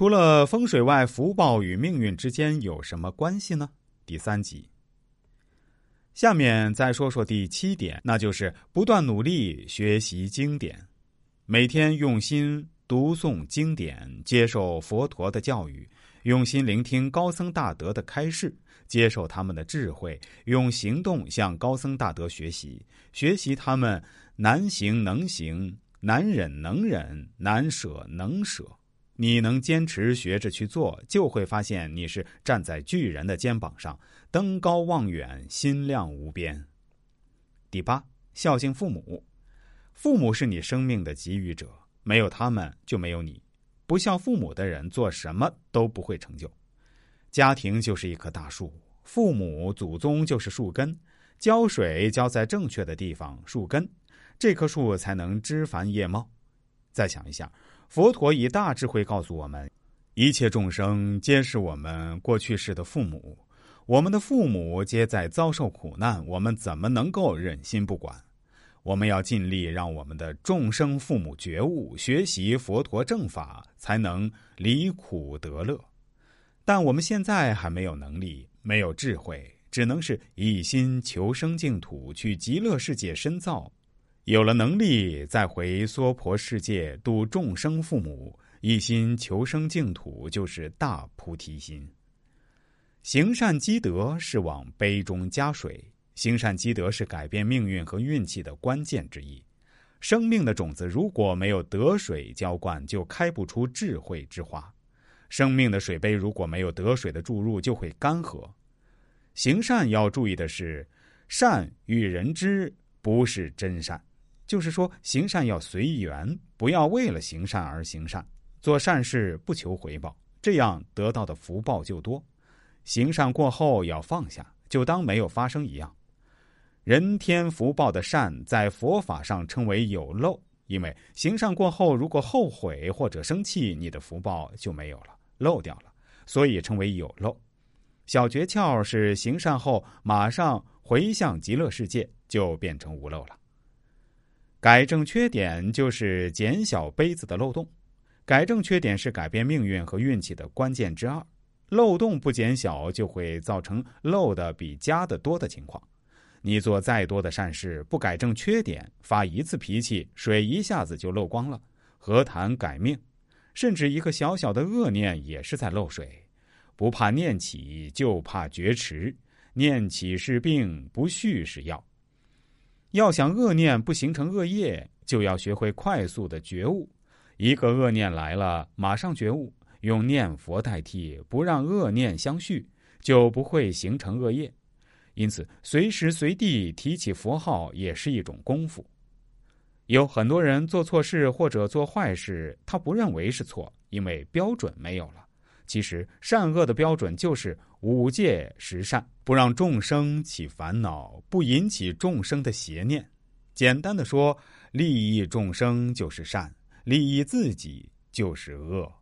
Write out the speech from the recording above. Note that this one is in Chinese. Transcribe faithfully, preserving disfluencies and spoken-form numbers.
除了风水外，福报与命运之间有什么关系呢？第三集。下面再说说第七点，那就是不断努力学习经典，每天用心读诵经典，接受佛陀的教育，用心聆听高僧大德的开示，接受他们的智慧，用行动向高僧大德学习，学习他们难行能行，难忍能忍，难舍能舍。你能坚持学着去做，就会发现你是站在巨人的肩膀上，登高望远，心量无边。第八，孝敬父母。父母是你生命的给予者，没有他们就没有你。不孝父母的人做什么都不会成就。家庭就是一棵大树，父母祖宗就是树根，浇水浇在正确的地方，树根，这棵树才能枝繁叶茂。再想一下，佛陀以大智慧告诉我们，一切众生皆是我们过去世的父母，我们的父母皆在遭受苦难，我们怎么能够忍心不管？我们要尽力让我们的众生父母觉悟，学习佛陀正法，才能离苦得乐。但我们现在还没有能力，没有智慧，只能是一心求生净土，去极乐世界深造。有了能力，再回娑婆世界度众生父母，一心求生净土，就是大菩提心。行善积德是往杯中加水，行善积德是改变命运和运气的关键之一。生命的种子如果没有得水浇灌，就开不出智慧之花。生命的水杯如果没有得水的注入，就会干涸。行善要注意的是，善与人知，不是真善。就是说，行善要随缘，不要为了行善而行善，做善事不求回报，这样得到的福报就多。行善过后要放下，就当没有发生一样。人天福报的善在佛法上称为有漏，因为行善过后如果后悔或者生气，你的福报就没有了，漏掉了，所以称为有漏。小诀窍是行善后马上回向极乐世界，就变成无漏了。改正缺点就是减小杯子的漏洞，改正缺点是改变命运和运气的关键之二。漏洞不减小，就会造成漏的比加的多的情况。你做再多的善事，不改正缺点，发一次脾气，水一下子就漏光了，何谈改命？甚至一个小小的恶念也是在漏水。不怕念起，就怕觉迟。念起是病，不续是药。要想恶念不形成恶业，就要学会快速的觉悟。一个恶念来了，马上觉悟，用念佛代替，不让恶念相续，就不会形成恶业。因此，随时随地提起佛号也是一种功夫。有很多人做错事或者做坏事，他不认为是错，因为标准没有了。其实善恶的标准就是五戒十善，不让众生起烦恼，不引起众生的邪念。简单的说，利益众生就是善，利益自己就是恶。